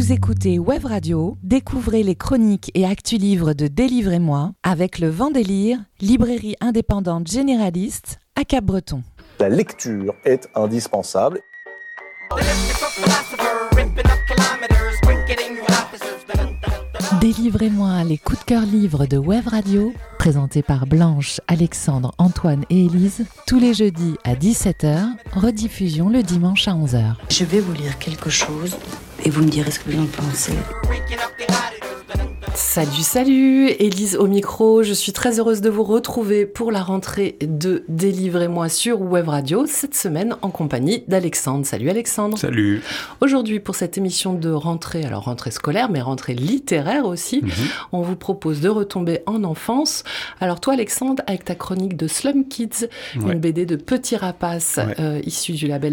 Vous écoutez Web Radio, découvrez les chroniques et actus livres de Délivrez-moi avec le Vendélire, librairie indépendante généraliste à Cap-Breton. La lecture est indispensable. Délivrez-moi les coups de cœur livres de Web Radio, présentés par Blanche, Alexandre, Antoine et Élise, tous les jeudis à 17h, rediffusion le dimanche à 11h. Je vais vous lire quelque chose et vous me direz ce que vous en pensez. Salut, Élise au micro, je suis très heureuse de vous retrouver pour la rentrée de Délivrez-moi sur Web Radio, cette semaine en compagnie d'Alexandre. Salut Alexandre. Salut. Aujourd'hui pour cette émission de rentrée, alors rentrée scolaire mais rentrée littéraire aussi, on vous propose de retomber en enfance. Alors toi Alexandre, avec ta chronique de Slum Kids, une BD de Petit Rapace issue du label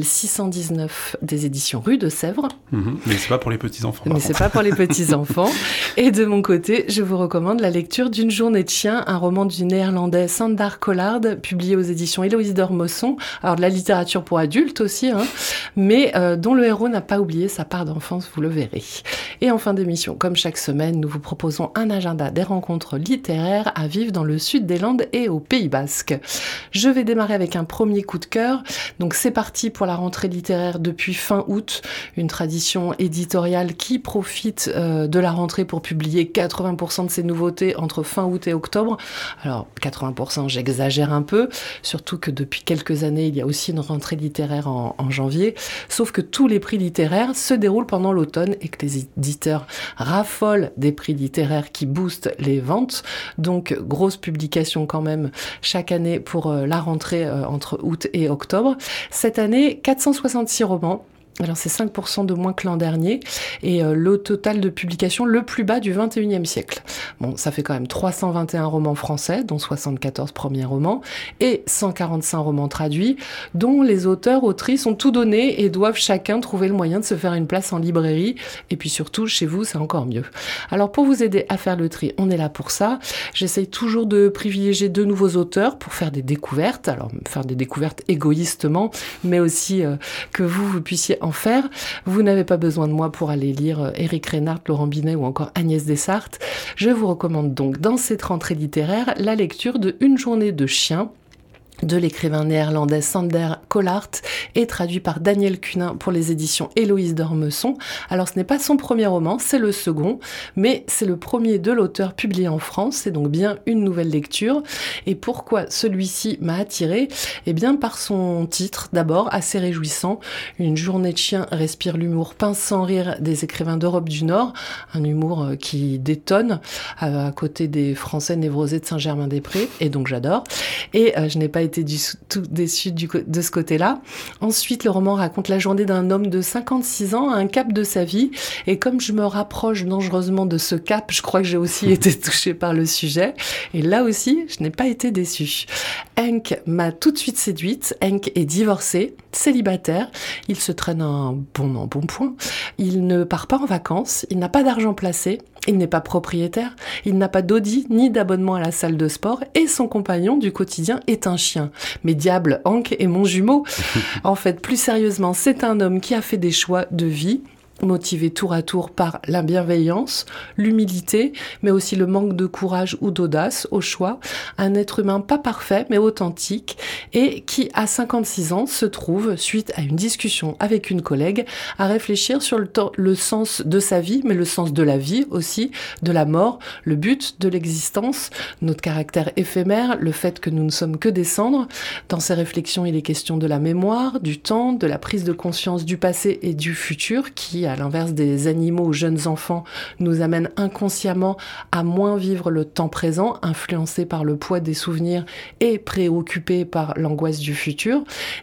619 des éditions Rue de Sèvres. Mais c'est pas pour les petits-enfants. Mais c'est pas pour les petits-enfants. Et de mon côté, je vous recommande la lecture d'Une journée de chien, un roman du néerlandais Sander Collard, publié aux éditions Héloïse d'Ormesson. Alors de la littérature pour adultes aussi, mais dont le héros n'a pas oublié sa part d'enfance, vous le verrez. Et en fin d'émission, comme chaque semaine, nous vous proposons un agenda des rencontres littéraires à vivre dans le sud des Landes et au Pays Basque. Je vais démarrer avec un premier coup de cœur. Donc c'est parti pour la rentrée littéraire depuis fin août, une tradition éditoriale qui profite de la rentrée pour publier 80% de ses nouveautés entre fin août et octobre. Alors 80%, j'exagère un peu, surtout que depuis quelques années, il y a aussi une rentrée littéraire en janvier, sauf que tous les prix littéraires se déroulent pendant l'automne et que les éditeurs raffolent des prix littéraires qui boostent les ventes. Donc grosse publication quand même chaque année pour la rentrée entre août et octobre. Cette année, 466 romans. Alors c'est 5% de moins que l'an dernier et le total de publications le plus bas du 21e siècle. Bon, ça fait quand même 321 romans français, dont 74 premiers romans, et 145 romans traduits, dont les auteurs, autrices ont tout donné et doivent chacun trouver le moyen de se faire une place en librairie. Et puis surtout, chez vous, c'est encore mieux. Alors pour vous aider à faire le tri, on est là pour ça. J'essaye toujours de privilégier de nouveaux auteurs pour faire des découvertes. Alors faire des découvertes égoïstement, mais aussi que vous puissiez en faire. Vous n'avez pas besoin de moi pour aller lire Éric Reinhardt, Laurent Binet ou encore Agnès Dessarthe. Je vous recommande donc dans cette rentrée littéraire la lecture de Une journée de chien de l'écrivain néerlandais Sander Collard et traduit par Daniel Cunin pour les éditions Héloïse d'Ormesson. Alors ce n'est pas son premier roman, c'est le second, mais c'est le premier de l'auteur publié en France, c'est donc bien une nouvelle lecture. Et pourquoi celui-ci m'a attiré ? Eh bien par son titre, d'abord, assez réjouissant. Une journée de chien respire l'humour pince sans rire des écrivains d'Europe du Nord, un humour qui détonne à côté des Français névrosés de Saint-Germain-des-Prés, et donc j'adore. Et je n'ai pas été du tout déçue de ce côté-là. Ensuite, le roman raconte la journée d'un homme de 56 ans à un cap de sa vie. Et comme je me rapproche dangereusement de ce cap, je crois que j'ai aussi été touchée par le sujet. Et là aussi, je n'ai pas été déçue. Henk m'a tout de suite séduite. Henk est divorcé, célibataire. Il se traîne un bon point. Il ne part pas en vacances. Il n'a pas d'argent placé. Il n'est pas propriétaire, il n'a pas d'audi ni d'abonnement à la salle de sport et son compagnon du quotidien est un chien. Mais diable, Hank est mon jumeau. En fait, plus sérieusement, c'est un homme qui a fait des choix de vie, motivé tour à tour par la bienveillance, l'humilité, mais aussi le manque de courage ou d'audace au choix. Un être humain pas parfait, mais authentique, et qui, à 56 ans, se trouve, suite à une discussion avec une collègue, à réfléchir sur le sens de sa vie, mais le sens de la vie aussi, de la mort, le but de l'existence, notre caractère éphémère, le fait que nous ne sommes que des cendres. Dans ses réflexions, il est question de la mémoire, du temps, de la prise de conscience du passé et du futur, qui, à l'inverse des animaux ou jeunes enfants, nous amène inconsciemment à moins vivre le temps présent, influencé par le poids des souvenirs et préoccupé par l'angoisse du futur.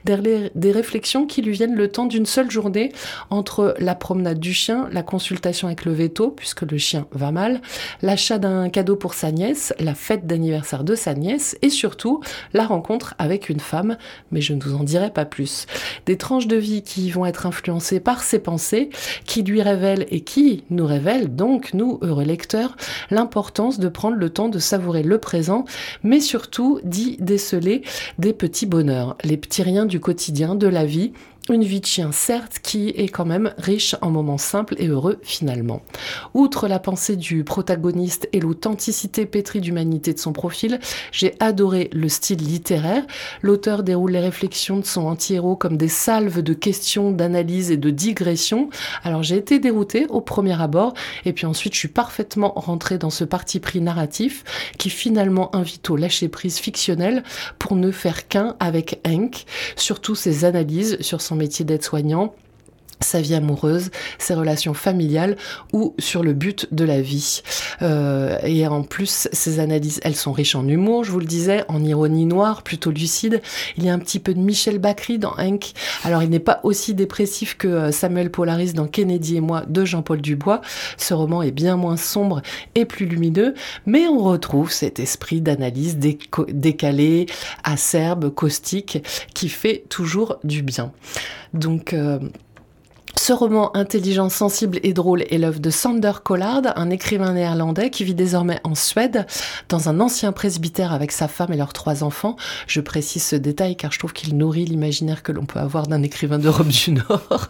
Des réflexions qui lui viennent le temps d'une seule journée entre la promenade du chien, la consultation avec le veto, puisque le chien va mal, l'achat d'un cadeau pour sa nièce, la fête d'anniversaire de sa nièce et surtout la rencontre avec une femme, mais je ne vous en dirai pas plus. Des tranches de vie qui vont être influencées par ses pensées, qui lui révèle et qui nous révèle, donc nous, heureux lecteurs, l'importance de prendre le temps de savourer le présent, mais surtout d'y déceler des petits bonheurs, les petits riens du quotidien, de la vie, Une vie de chien, certes, qui est quand même riche en moments simples et heureux finalement. Outre la pensée du protagoniste et l'authenticité pétrie d'humanité de son profil, j'ai adoré le style littéraire. L'auteur déroule les réflexions de son anti-héros comme des salves de questions, d'analyse et de digression. Alors j'ai été déroutée au premier abord, et puis ensuite je suis parfaitement rentrée dans ce parti pris narratif qui finalement invite au lâcher-prise fictionnel pour ne faire qu'un avec Hank, surtout ses analyses sur son métier d'aide-soignant, sa vie amoureuse, ses relations familiales ou sur le but de la vie. Et en plus, ces analyses, elles sont riches en humour, je vous le disais, en ironie noire, plutôt lucide. Il y a un petit peu de Michel Bacri dans Hank. Alors, il n'est pas aussi dépressif que Samuel Polaris dans Kennedy et moi de Jean-Paul Dubois. Ce roman est bien moins sombre et plus lumineux, mais on retrouve cet esprit d'analyse décalé, acerbe, caustique, qui fait toujours du bien. Donc, ce roman intelligent, sensible et drôle est l'œuvre de Sander Collard, un écrivain néerlandais qui vit désormais en Suède, dans un ancien presbytère avec sa femme et leurs 3 enfants. Je précise ce détail car je trouve qu'il nourrit l'imaginaire que l'on peut avoir d'un écrivain d'Europe du Nord.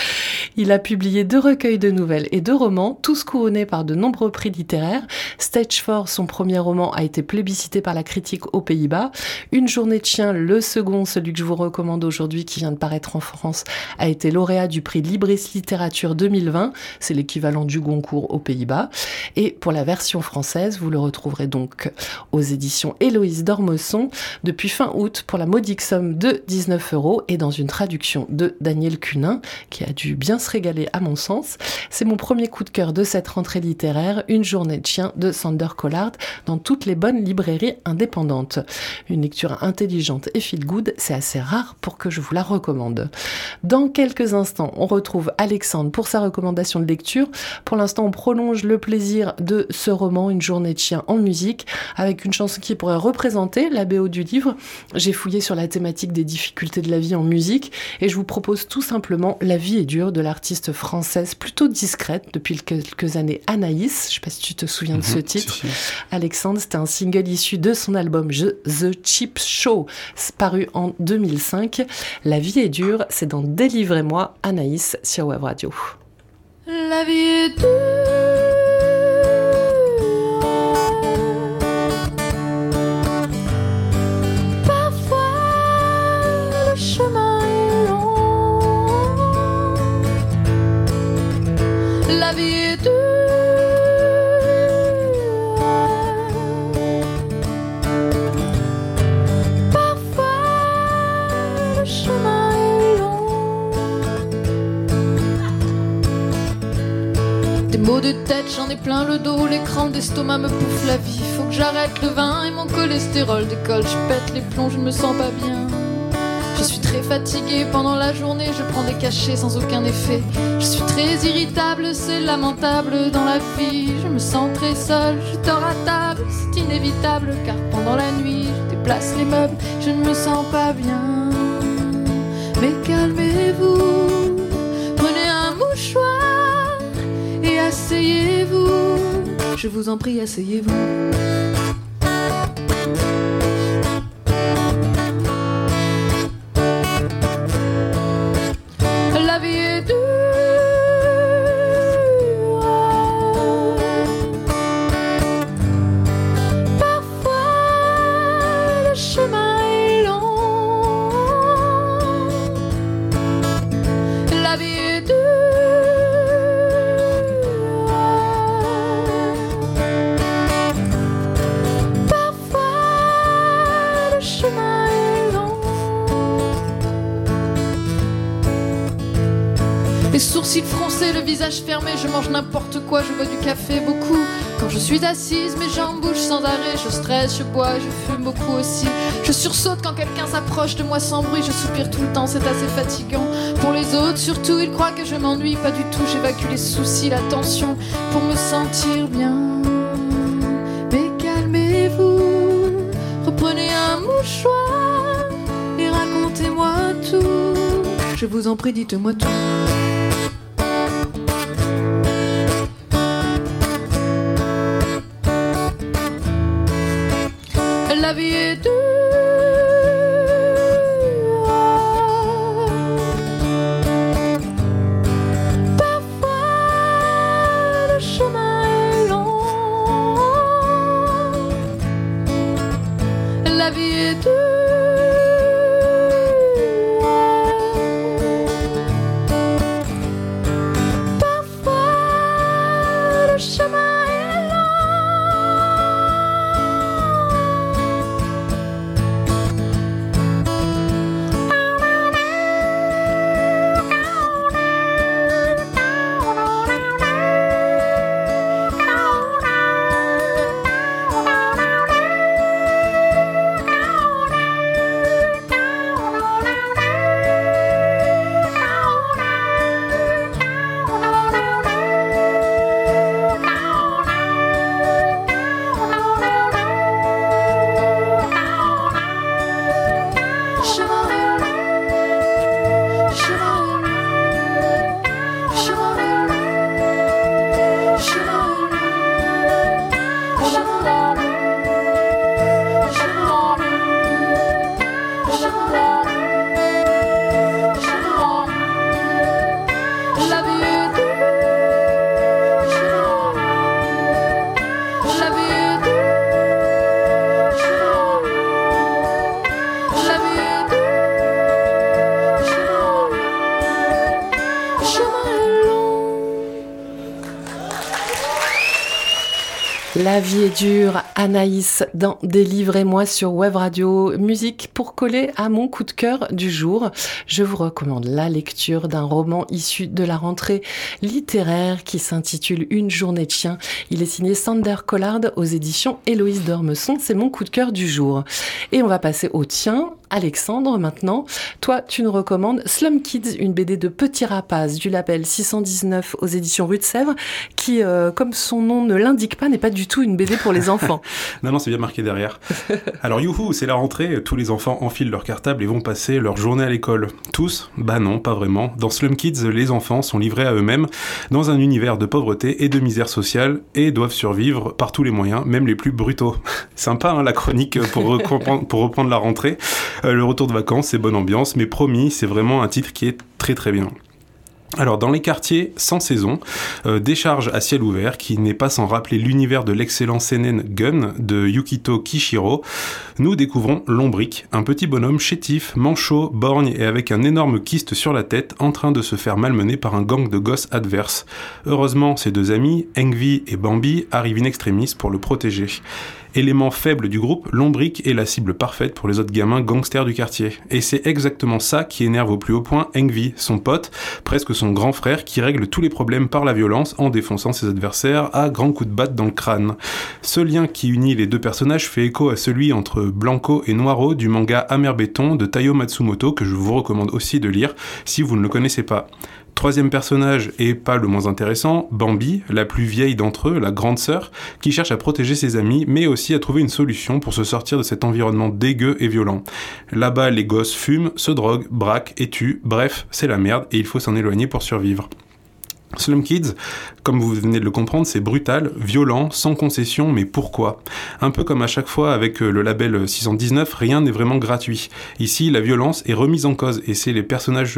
Il a publié 2 recueils de nouvelles et 2 romans, tous couronnés par de nombreux prix littéraires. Stage 4, son premier roman, a été plébiscité par la critique aux Pays-Bas. Une journée de chien, le second, celui que je vous recommande aujourd'hui, qui vient de paraître en France, a été lauréat du prix Libris Littérature 2020, c'est l'équivalent du Goncourt aux Pays-Bas. Et pour la version française, vous le retrouverez donc aux éditions Héloïse d'Ormesson depuis fin août pour la modique somme de 19 € et dans une traduction de Daniel Cunin, qui a dû bien se régaler à mon sens. C'est mon premier coup de cœur de cette rentrée littéraire, Une journée de chien de Sander Collard, dans toutes les bonnes librairies indépendantes. Une lecture intelligente et feel good, c'est assez rare pour que je vous la recommande. Dans quelques instants, on retrouve Alexandre pour sa recommandation de lecture. Pour l'instant, on prolonge le plaisir de ce roman, Une journée de chien en musique, avec une chanson qui pourrait représenter la BO du livre. J'ai fouillé sur la thématique des difficultés de la vie en musique et je vous propose tout simplement La vie est dure de l'artiste française plutôt discrète depuis quelques années, Anaïs. Je ne sais pas si tu te souviens de ce titre. Si. Alexandre, c'était un single issu de son album The Cheap Show, paru en 2005. La vie est dure, c'est dans Délivrez-moi, Anaïs sur Web Radio. La vie est dure, parfois le chemin est long. La vie est dure, parfois le chemin est long. Des maux de tête, j'en ai plein le dos, les crampes d'estomac me bouffent la vie. Faut que j'arrête le vin et mon cholestérol décolle. Je pète les plombs, je ne me sens pas bien. Je suis très fatiguée pendant la journée, je prends des cachets sans aucun effet. Je suis très irritable, c'est lamentable dans la vie. Je me sens très seule, je dors à table, c'est inévitable car pendant la nuit, je déplace les meubles, je ne me sens pas bien. Mais calmez-vous, prenez un mouchoir et asseyez-vous. Je vous en prie, asseyez-vous. La vie est dure, parfois le chemin est long. La vie est dure, parfois le chemin est long. Les sourcils froncés, le visage fermé, je mange n'importe quoi, je bois du café beaucoup. Quand je suis assise, mes jambes bougent sans arrêt, je stresse, je bois, je fume beaucoup aussi. Je sursaute quand quelqu'un s'approche de moi sans bruit, je soupire tout le temps, c'est assez fatigant. Pour les autres, surtout, ils croient que je m'ennuie, pas du tout, j'évacue les soucis, la tension, pour me sentir bien. Mais calmez-vous, reprenez un mouchoir et racontez-moi tout. Je vous en prie, dites-moi tout. La vie est dure, La vie est dure. La vie est dure. La vie est dure. Chemin est long. La vie est dure, Anaïs dans Délivrez-moi sur Web Radio. Musique pour coller à mon coup de cœur du jour. Je vous recommande la lecture d'un roman issu de la rentrée littéraire qui s'intitule Une journée de chien. Il est signé Sander Collard aux éditions Héloïse d'Ormesson. C'est mon coup de cœur du jour. Et on va passer au tien. Alexandre, maintenant, toi, tu nous recommandes Slum Kids, une BD de Petit Rapace du label 619 aux éditions Rue de Sèvres, qui, comme son nom ne l'indique pas, n'est pas du tout une BD pour les enfants. Non, c'est bien marqué derrière. Alors, youhou, c'est la rentrée, tous les enfants enfilent leur cartable et vont passer leur journée à l'école. Tous ? Bah non, pas vraiment. Dans Slum Kids, les enfants sont livrés à eux-mêmes dans un univers de pauvreté et de misère sociale et doivent survivre par tous les moyens, même les plus brutaux. Sympa, hein, la chronique pour reprendre la rentrée. Le retour de vacances, c'est bonne ambiance, mais promis, c'est vraiment un titre qui est très très bien. Alors, dans les quartiers sans saison, Décharge à ciel ouvert, qui n'est pas sans rappeler l'univers de l'excellent seinen Gun de Yukito Kishiro, nous découvrons Lombric, un petit bonhomme chétif, manchot, borgne et avec un énorme kyste sur la tête, en train de se faire malmener par un gang de gosses adverses. Heureusement, ses deux amis, Engvi et Bambi, arrivent in extremis pour le protéger. Élément faible du groupe, Lombric est la cible parfaite pour les autres gamins gangsters du quartier. Et c'est exactement ça qui énerve au plus haut point Engvi, son pote, presque son grand frère, qui règle tous les problèmes par la violence en défonçant ses adversaires à grands coups de batte dans le crâne. Ce lien qui unit les deux personnages fait écho à celui entre Blanco et Noiro du manga Amer Béton de Taiyo Matsumoto, que je vous recommande aussi de lire si vous ne le connaissez pas. Troisième personnage, et pas le moins intéressant, Bambi, la plus vieille d'entre eux, la grande sœur, qui cherche à protéger ses amis, mais aussi à trouver une solution pour se sortir de cet environnement dégueu et violent. Là-bas, les gosses fument, se droguent, braquent et tuent, bref, c'est la merde et il faut s'en éloigner pour survivre. Slum Kids, comme vous venez de le comprendre, c'est brutal, violent, sans concession, mais pourquoi ? Un peu comme à chaque fois avec le label 619, rien n'est vraiment gratuit. Ici, la violence est remise en cause et c'est le personnage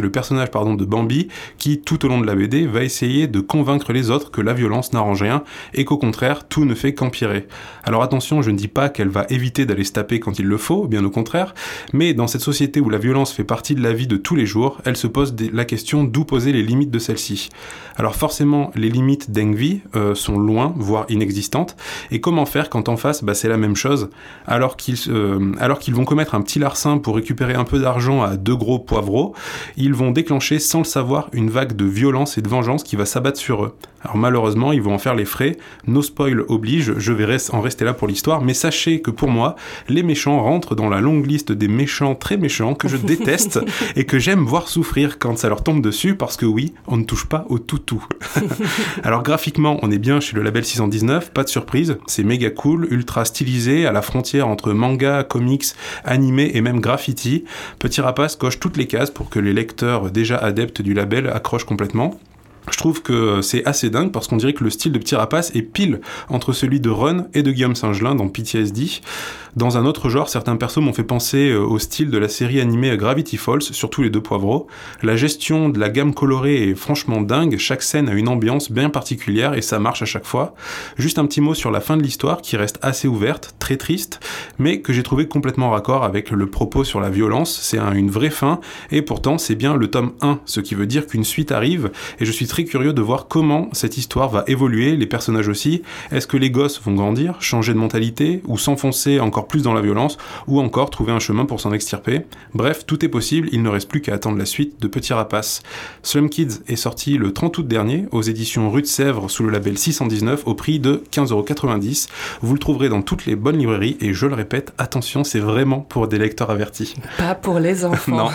de Bambi qui, tout au long de la BD, va essayer de convaincre les autres que la violence n'arrange rien et qu'au contraire, tout ne fait qu'empirer. Alors attention, je ne dis pas qu'elle va éviter d'aller se taper quand il le faut, bien au contraire, mais dans cette société où la violence fait partie de la vie de tous les jours, elle se pose la question d'où poser les limites de celle-ci. Alors forcément, les limites d'Engvi sont loin, voire inexistantes, et comment faire quand en face, c'est la même chose, alors qu'ils vont commettre un petit larcin pour récupérer un peu d'argent à deux gros poivreaux, ils vont déclencher sans le savoir une vague de violence et de vengeance qui va s'abattre sur eux. Alors malheureusement, ils vont en faire les frais, no spoil oblige, je vais en rester là pour l'histoire, mais sachez que pour moi, les méchants rentrent dans la longue liste des méchants très méchants que je déteste et que j'aime voir souffrir quand ça leur tombe dessus, parce que oui, on ne touche pas au toutou. Alors graphiquement, on est bien chez le label 619, pas de surprise, c'est méga cool, ultra stylisé, à la frontière entre manga, comics, animé et même graffiti. Petit Rapace coche toutes les cases pour que les lecteurs déjà adeptes du label accrochent complètement. Je trouve que c'est assez dingue parce qu'on dirait que le style de Petit Rapace est pile entre celui de Run et de Guillaume Singelin dans PTSD. Dans un autre genre, certains persos m'ont fait penser au style de la série animée Gravity Falls, surtout les deux poivreaux. La gestion de la gamme colorée est franchement dingue, chaque scène a une ambiance bien particulière et ça marche à chaque fois. Juste un petit mot sur la fin de l'histoire qui reste assez ouverte, très triste, mais que j'ai trouvé complètement raccord avec le propos sur la violence. C'est une vraie fin et pourtant c'est bien le tome 1, ce qui veut dire qu'une suite arrive et je suis très curieux de voir comment cette histoire va évoluer, les personnages aussi. Est-ce que les gosses vont grandir, changer de mentalité ou s'enfoncer encore plus dans la violence ou encore trouver un chemin pour s'en extirper? Bref, tout est possible, il ne reste plus qu'à attendre la suite de Petit Rapace. Slum Kids est sorti le 30 août dernier aux éditions Rue de Sèvres sous le label 619 au prix de 15,90 €. Vous le trouverez dans toutes les bonnes librairies et je le répète, attention, c'est vraiment pour des lecteurs avertis. Pas pour les enfants. Non.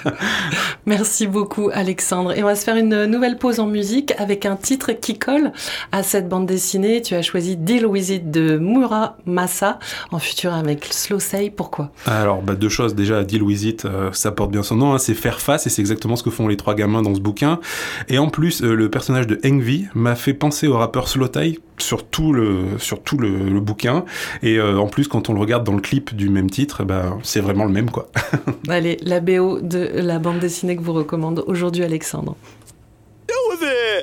Merci beaucoup Alexandre. Et on va se faire une nouvelle pause en musique avec un titre qui colle à cette bande dessinée. Tu as choisi Deal With It de Muramasa en futur avec Slow Say. Pourquoi ? Alors deux choses. Déjà, Deal With It, ça porte bien son nom, c'est faire face et c'est exactement ce que font les trois gamins dans ce bouquin. Et en plus, le personnage de Engvi m'a fait penser au rappeur Slowthai sur tout le bouquin. Et en plus, quand on le regarde dans le clip du même titre, c'est vraiment le même, quoi. Allez, la BO de la bande dessinée que vous recommande aujourd'hui Alexandre. with it.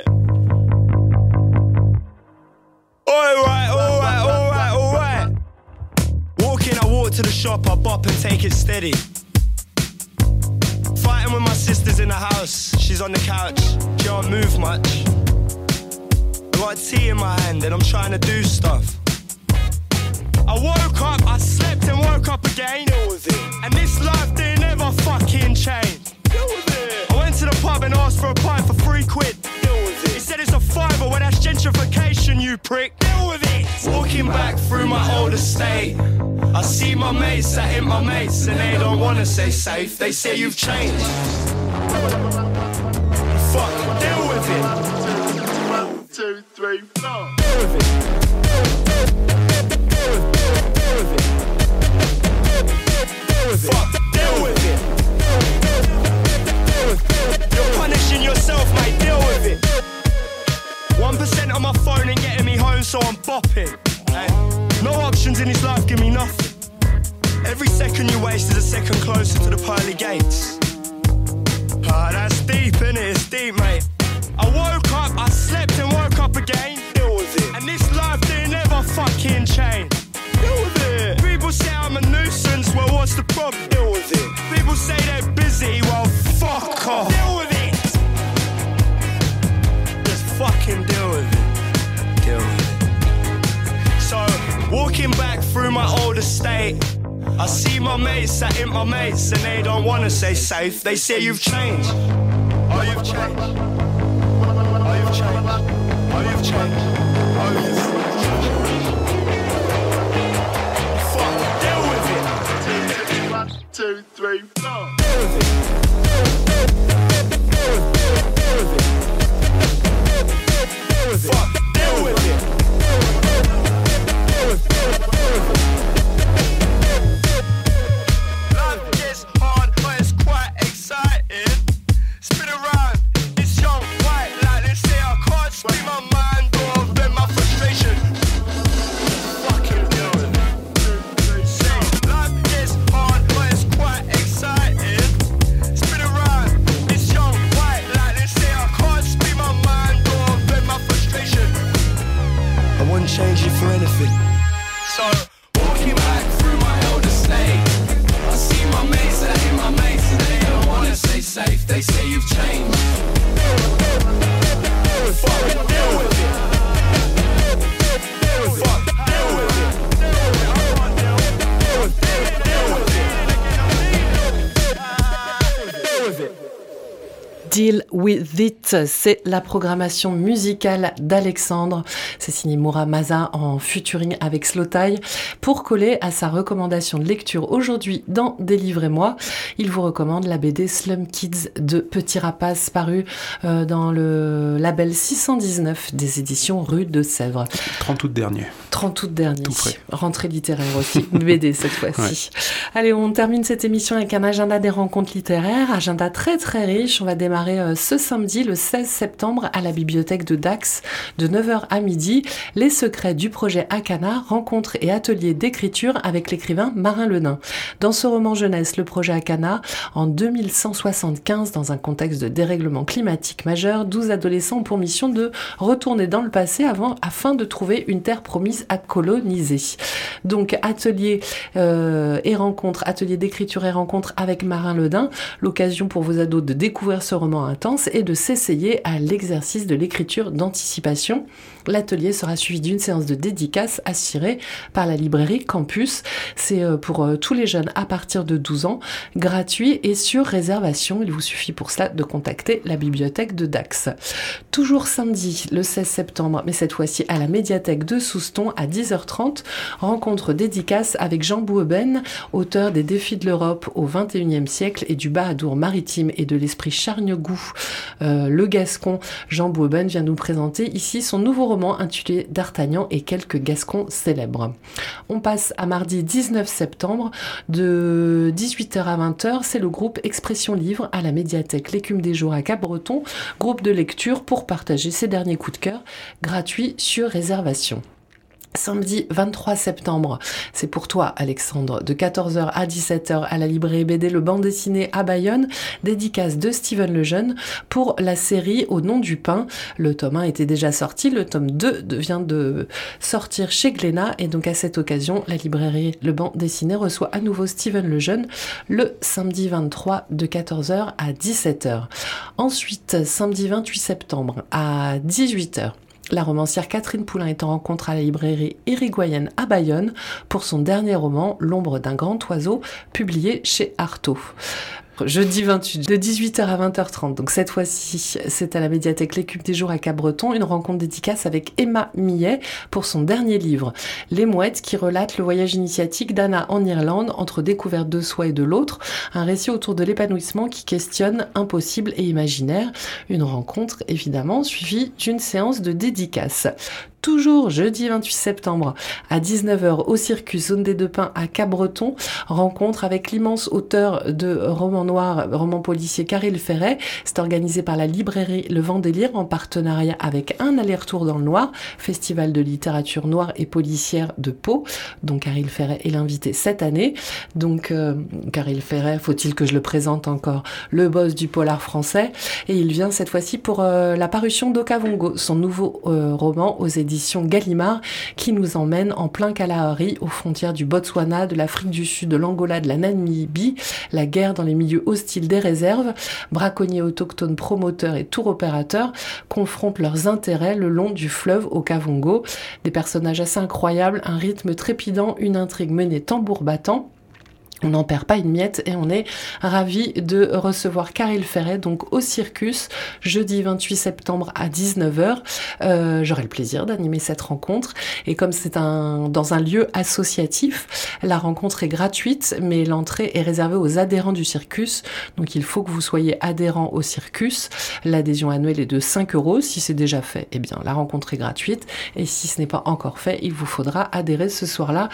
Alright. Walking, I walk to the shop, I bop and take it steady. Fighting with my sisters in the house, she's on the couch, she don't move much. I got tea in my hand and I'm trying to do stuff. I woke up, I slept and woke up again. Deal with it. And this life didn't ever fucking change. Deal with it. I went to the pub and asked for a pint for £3. Deal with it. He said it's a fiver, well that's gentrification, you prick. Deal with it. Walking back through my old estate, I see my mates that ain't my mates, and they don't wanna say safe, they say you've changed. Fuck, deal with it. 1, 2, 3, 4. Deal with it. Fuck, deal with it. You're punishing yourself, mate, deal with it. 1% on my phone ain't getting me home, so I'm bopping. Hey, no options in this life give me nothing. Every second you waste is a second closer to the pearly gates. Ah, that's deep, innit? It's deep, mate. I woke up, I slept and woke up again. Deal with it. And this life didn't ever fucking change. Deal with it. People say I'm a nuisance, well what's the problem? Deal with it. People say they're busy, well fuck off. Deal with it. Just fucking deal with it. Deal with it. So, walking back through my old estate, I see my mates that ain't my mates, and they don't wanna say safe, they say you've changed. Oh, you've changed. Oh, you've changed. Oh, you've changed. Oh, you've changed. Fuck, deal with it. 1, 2, 3, 4. Deal with it. Fuck, deal with it. 'Deal with it', c'est la programmation musicale d'Alexandre. C'est signé Muramasa en featuring avec Slowthai. Pour coller à sa recommandation de lecture aujourd'hui dans Délivrez-moi, il vous recommande la BD Slum Kids de Petit Rapace, paru dans le label 619 des éditions Rue de Sèvres. 30 août dernier. 30 août dernier. Tout frais. Rentrée littéraire aussi. Une BD cette fois-ci. Ouais. Allez, on termine cette émission avec un agenda des rencontres littéraires. Agenda très très riche. On va démarrer ce samedi, le 16 septembre, à la bibliothèque de Dax, de 9h à midi. Les secrets du projet Akana, rencontres et ateliers d'écriture avec l'écrivain Marin Lenain. Dans ce roman jeunesse, le projet Akana, en 2175, dans un contexte de dérèglement climatique majeur, 12 adolescents ont pour mission de retourner dans le passé afin de trouver une terre promise à coloniser. Donc, atelier d'écriture et rencontres avec Marin Lenain, l'occasion pour vos ados de découvrir ce roman intense et de s'essayer à l'exercice de l'écriture d'anticipation. L'atelier sera suivi d'une séance de dédicace assurée par la librairie Campus. C'est pour tous les jeunes à partir de 12 ans, gratuit et sur réservation. Il vous suffit pour cela de contacter la bibliothèque de Dax. Toujours samedi, le 16 septembre, mais cette fois-ci à la médiathèque de Souston à 10h30, rencontre dédicace avec Jean Boueben, auteur des Défis de l'Europe au XXIe siècle et du Bahadour maritime et de l'esprit Chargnegou. Le Gascon Jean Boueben vient nous présenter ici son nouveau roman intitulé D'Artagnan et quelques Gascons célèbres. On passe à mardi 19 septembre de 18h à 20h. C'est le groupe Expression Livre à la médiathèque L'Écume des Jours à Cap-Breton, groupe de lecture pour partager ses derniers coups de cœur, gratuit sur réservation. Samedi 23 septembre, c'est pour toi Alexandre, de 14h à 17h à la librairie BD Le Banc Dessiné à Bayonne, dédicace de Steven Lejeune pour la série Au nom du pain. Le tome 1 était déjà sorti, le tome 2 vient de sortir chez Glénat et donc à cette occasion, la librairie Le Banc Dessiné reçoit à nouveau Steven Lejeune le samedi 23 de 14h à 17h. Ensuite, samedi 28 septembre à 18h, la romancière Catherine Poulain est en rencontre à la librairie Irigoyenne à Bayonne pour son dernier roman, L'ombre d'un grand oiseau, publié chez Artaud. Jeudi 28, de 18h à 20h30. Donc cette fois-ci, c'est à la médiathèque L'Écume des Jours à Cap-Breton, une rencontre dédicace avec Emma Millet pour son dernier livre, Les Mouettes, qui relate le voyage initiatique d'Anna en Irlande entre découverte de soi et de l'autre, un récit autour de l'épanouissement qui questionne impossible et imaginaire. Une rencontre, évidemment, suivie d'une séance de dédicace. Toujours jeudi 28 septembre à 19h au Circus Zone des Deux Pins à Cap-Breton, rencontre avec l'immense auteur de romans noirs, romans policiers Caril Ferret. C'est organisé par la librairie Le Vent Délire en partenariat avec Un aller-retour dans le noir, festival de littérature noire et policière de Pau. Donc Caril Ferret est l'invité cette année. Donc Caril Ferret, faut-il que je le présente encore, le boss du polar français. Et il vient cette fois-ci pour la parution d'Okavongo, son nouveau roman aux éditions Gallimard, qui nous emmène en plein Kalahari, aux frontières du Botswana, de l'Afrique du Sud, de l'Angola, de la Namibie, la guerre dans les milieux hostiles des réserves. Braconniers autochtones, promoteurs et tour opérateurs confrontent leurs intérêts le long du fleuve Okavango. Des personnages assez incroyables, un rythme trépidant, une intrigue menée tambour battant. On n'en perd pas une miette et on est ravis de recevoir Caril Ferret donc au Circus jeudi 28 septembre à 19h. J'aurai le plaisir d'animer cette rencontre et comme c'est dans un lieu associatif, la rencontre est gratuite mais l'entrée est réservée aux adhérents du Circus. Donc il faut que vous soyez adhérent au Circus. L'adhésion annuelle est de 5 €. Si c'est déjà fait, eh bien la rencontre est gratuite et si ce n'est pas encore fait, il vous faudra adhérer ce soir-là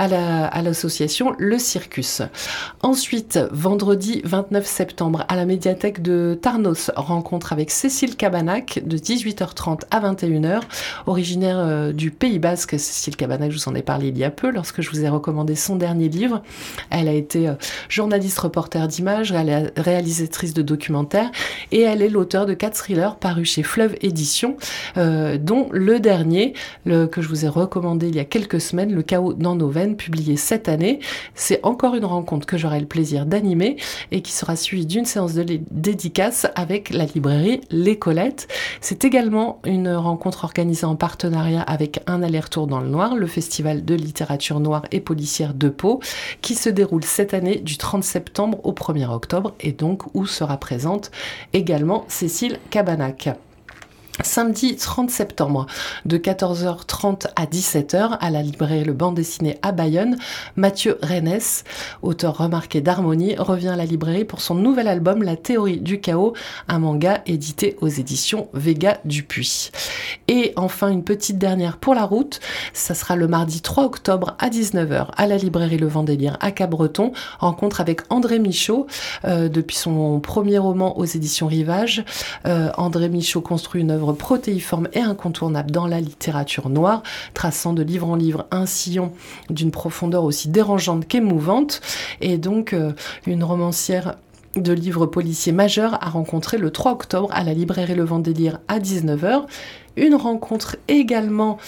à l'association Le Circus. Ensuite, vendredi 29 septembre, à la médiathèque de Tarnos, rencontre avec Cécile Cabanac de 18h30 à 21h, originaire du Pays Basque. Cécile Cabanac, je vous en ai parlé il y a peu lorsque je vous ai recommandé son dernier livre. Elle a été journaliste reporter d'images, réalisatrice de documentaires et elle est l'auteur de 4 thrillers parus chez Fleuve Éditions, dont le dernier que je vous ai recommandé il y a quelques semaines, Le chaos dans nos veines, publié cette année. C'est encore une rencontre que j'aurai le plaisir d'animer et qui sera suivie d'une séance de dédicace avec la librairie Les Colettes. C'est également une rencontre organisée en partenariat avec Un aller-retour dans le noir, le festival de littérature noire et policière de Pau, qui se déroule cette année du 30 septembre au 1er octobre et donc où sera présente également Cécile Cabanac. Samedi 30 septembre, de 14h30 à 17h, à la librairie Le Banc Dessiné à Bayonne, Mathieu Rennes, auteur remarqué d'harmonie, revient à la librairie pour son nouvel album La théorie du chaos, un manga édité aux éditions Vega Dupuis. Et enfin, une petite dernière pour la route, ça sera le mardi 3 octobre à 19h, à la librairie Le Vent Délire à Cap-Breton, rencontre avec André Michaud, depuis son premier roman aux éditions Rivage. André Michaud construit une œuvre protéiforme et incontournable dans la littérature noire, traçant de livre en livre un sillon d'une profondeur aussi dérangeante qu'émouvante. Et donc, une romancière de livres policiers majeurs a rencontré le 3 octobre à la librairie Le Vent Délire à 19h. Une rencontre également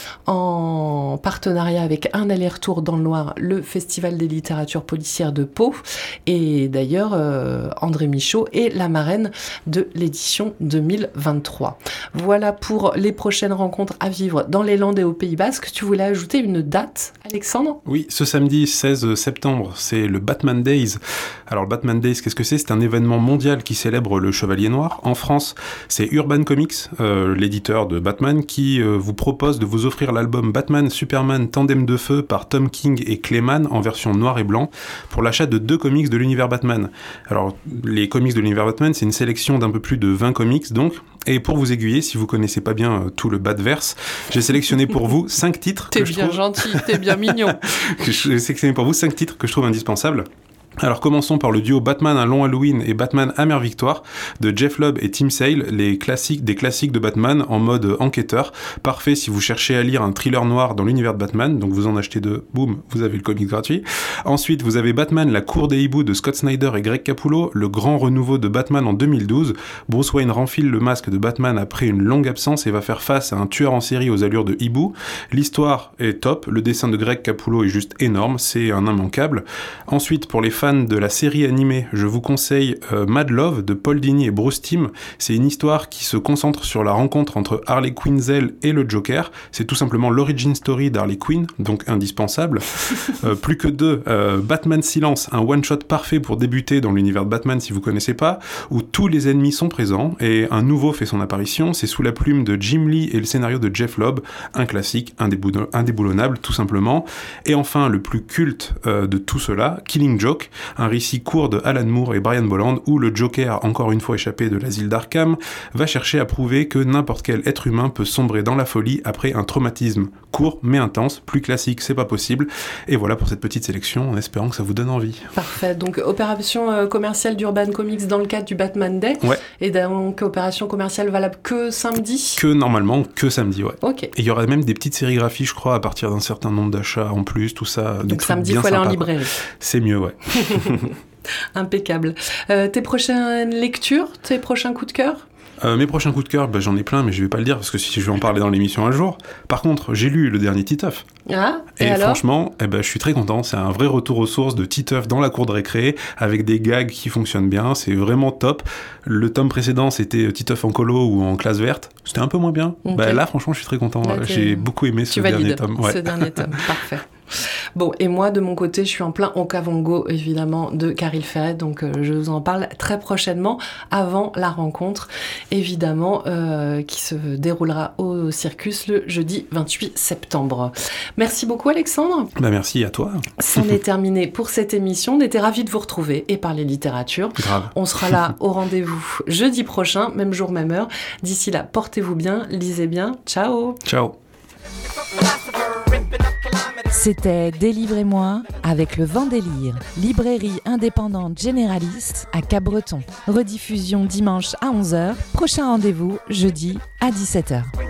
en partenariat avec Un aller-retour dans le noir, le festival des littératures policières de Pau. Et d'ailleurs, André Michaud est la marraine de l'édition 2023. Voilà pour les prochaines rencontres à vivre dans les Landes et au Pays Basque. Tu voulais ajouter une date, Alexandre ? Oui, ce samedi 16 septembre, c'est le Batman Days. Alors le Batman Days, qu'est-ce que c'est ? C'est un événement mondial qui célèbre le Chevalier Noir. En France, c'est Urban Comics, l'éditeur de Batman, qui vous propose de vous offrir l'album Batman Superman Tandem de Feu par Tom King et Clayman en version noir et blanc pour l'achat de 2 comics de l'univers Batman. Alors, les comics de l'univers Batman, c'est une sélection d'un peu plus de 20 comics donc. Et pour vous aiguiller, si vous connaissez pas bien tout le Batverse, j'ai sélectionné pour vous 5 titres. T'es bien gentil, t'es bien mignon. J'ai sélectionné pour vous 5 titres que je trouve indispensables. Alors commençons par le duo Batman un long Halloween et Batman Amère Victoire de Jeff Lubb et Tim Sale, des classiques de Batman en mode enquêteur, parfait si vous cherchez à lire un thriller noir dans l'univers de Batman, donc vous en achetez 2, boum, vous avez le comic gratuit. Ensuite vous avez Batman la cour des hiboux de Scott Snyder et Greg Capullo, le grand renouveau de Batman en 2012, Bruce Wayne renfile le masque de Batman après une longue absence et va faire face à un tueur en série aux allures de hibou. L'histoire est top, le dessin de Greg Capullo est juste énorme, c'est un immanquable. Ensuite pour les fans de la série animée, je vous conseille Mad Love de Paul Dini et Bruce Timm. C'est une histoire qui se concentre sur la rencontre entre Harley Quinzel et le Joker. C'est tout simplement l'origin story d'Harley Quinn, donc indispensable. Plus que 2, Batman Silence, un one-shot parfait pour débuter dans l'univers de Batman si vous connaissez pas, où tous les ennemis sont présents et un nouveau fait son apparition. C'est sous la plume de Jim Lee et le scénario de Jeff Lubb, un classique indéboulonnable tout simplement. Et enfin, le plus culte de tout cela, Killing Joke, un récit court de Alan Moore et Brian Bolland où le Joker, encore une fois échappé de l'asile d'Arkham, va chercher à prouver que n'importe quel être humain peut sombrer dans la folie après un traumatisme court mais intense, plus classique c'est pas possible. Et voilà pour cette petite sélection en espérant que ça vous donne envie. Parfait, donc opération commerciale d'Urban Comics dans le cadre du Batman Day. Ouais. Et donc opération commerciale valable que samedi. Normalement que samedi, ouais. Ok. Et il y aura même des petites sérigraphies je crois à partir d'un certain nombre d'achats en plus, tout ça. Donc samedi il faut aller en librairie. C'est mieux, ouais. Impeccable. Tes prochaines lectures, tes prochains coups de cœur? Mes prochains coups de cœur, j'en ai plein, mais je vais pas le dire parce que si je vais en parler dans l'émission un jour. Par contre, j'ai lu le dernier Titeuf. Ah, et alors franchement, je suis très content. C'est un vrai retour aux sources de Titeuf dans la cour de récré, avec des gags qui fonctionnent bien. C'est vraiment top. Le tome précédent, c'était Titeuf en colo ou en classe verte. C'était un peu moins bien. Okay. Là, franchement, je suis très content. J'ai beaucoup aimé ce dernier tome. Ce dernier tome, parfait. Bon, et moi, de mon côté, je suis en plein Okavango, évidemment, de Caril Ferret, donc je vous en parle très prochainement, avant la rencontre, évidemment, qui se déroulera au Circus le jeudi 28 septembre. Merci beaucoup, Alexandre. Merci à toi. C'en est terminé pour cette émission. On était ravis de vous retrouver et parler littérature. Grave. On sera là au rendez-vous jeudi prochain, même jour, même heure. D'ici là, portez-vous bien, lisez bien. Ciao. Ciao. C'était Délivrez-moi avec le Vent des Lyres, librairie indépendante généraliste à Cap-Breton. Rediffusion dimanche à 11h, prochain rendez-vous jeudi à 17h.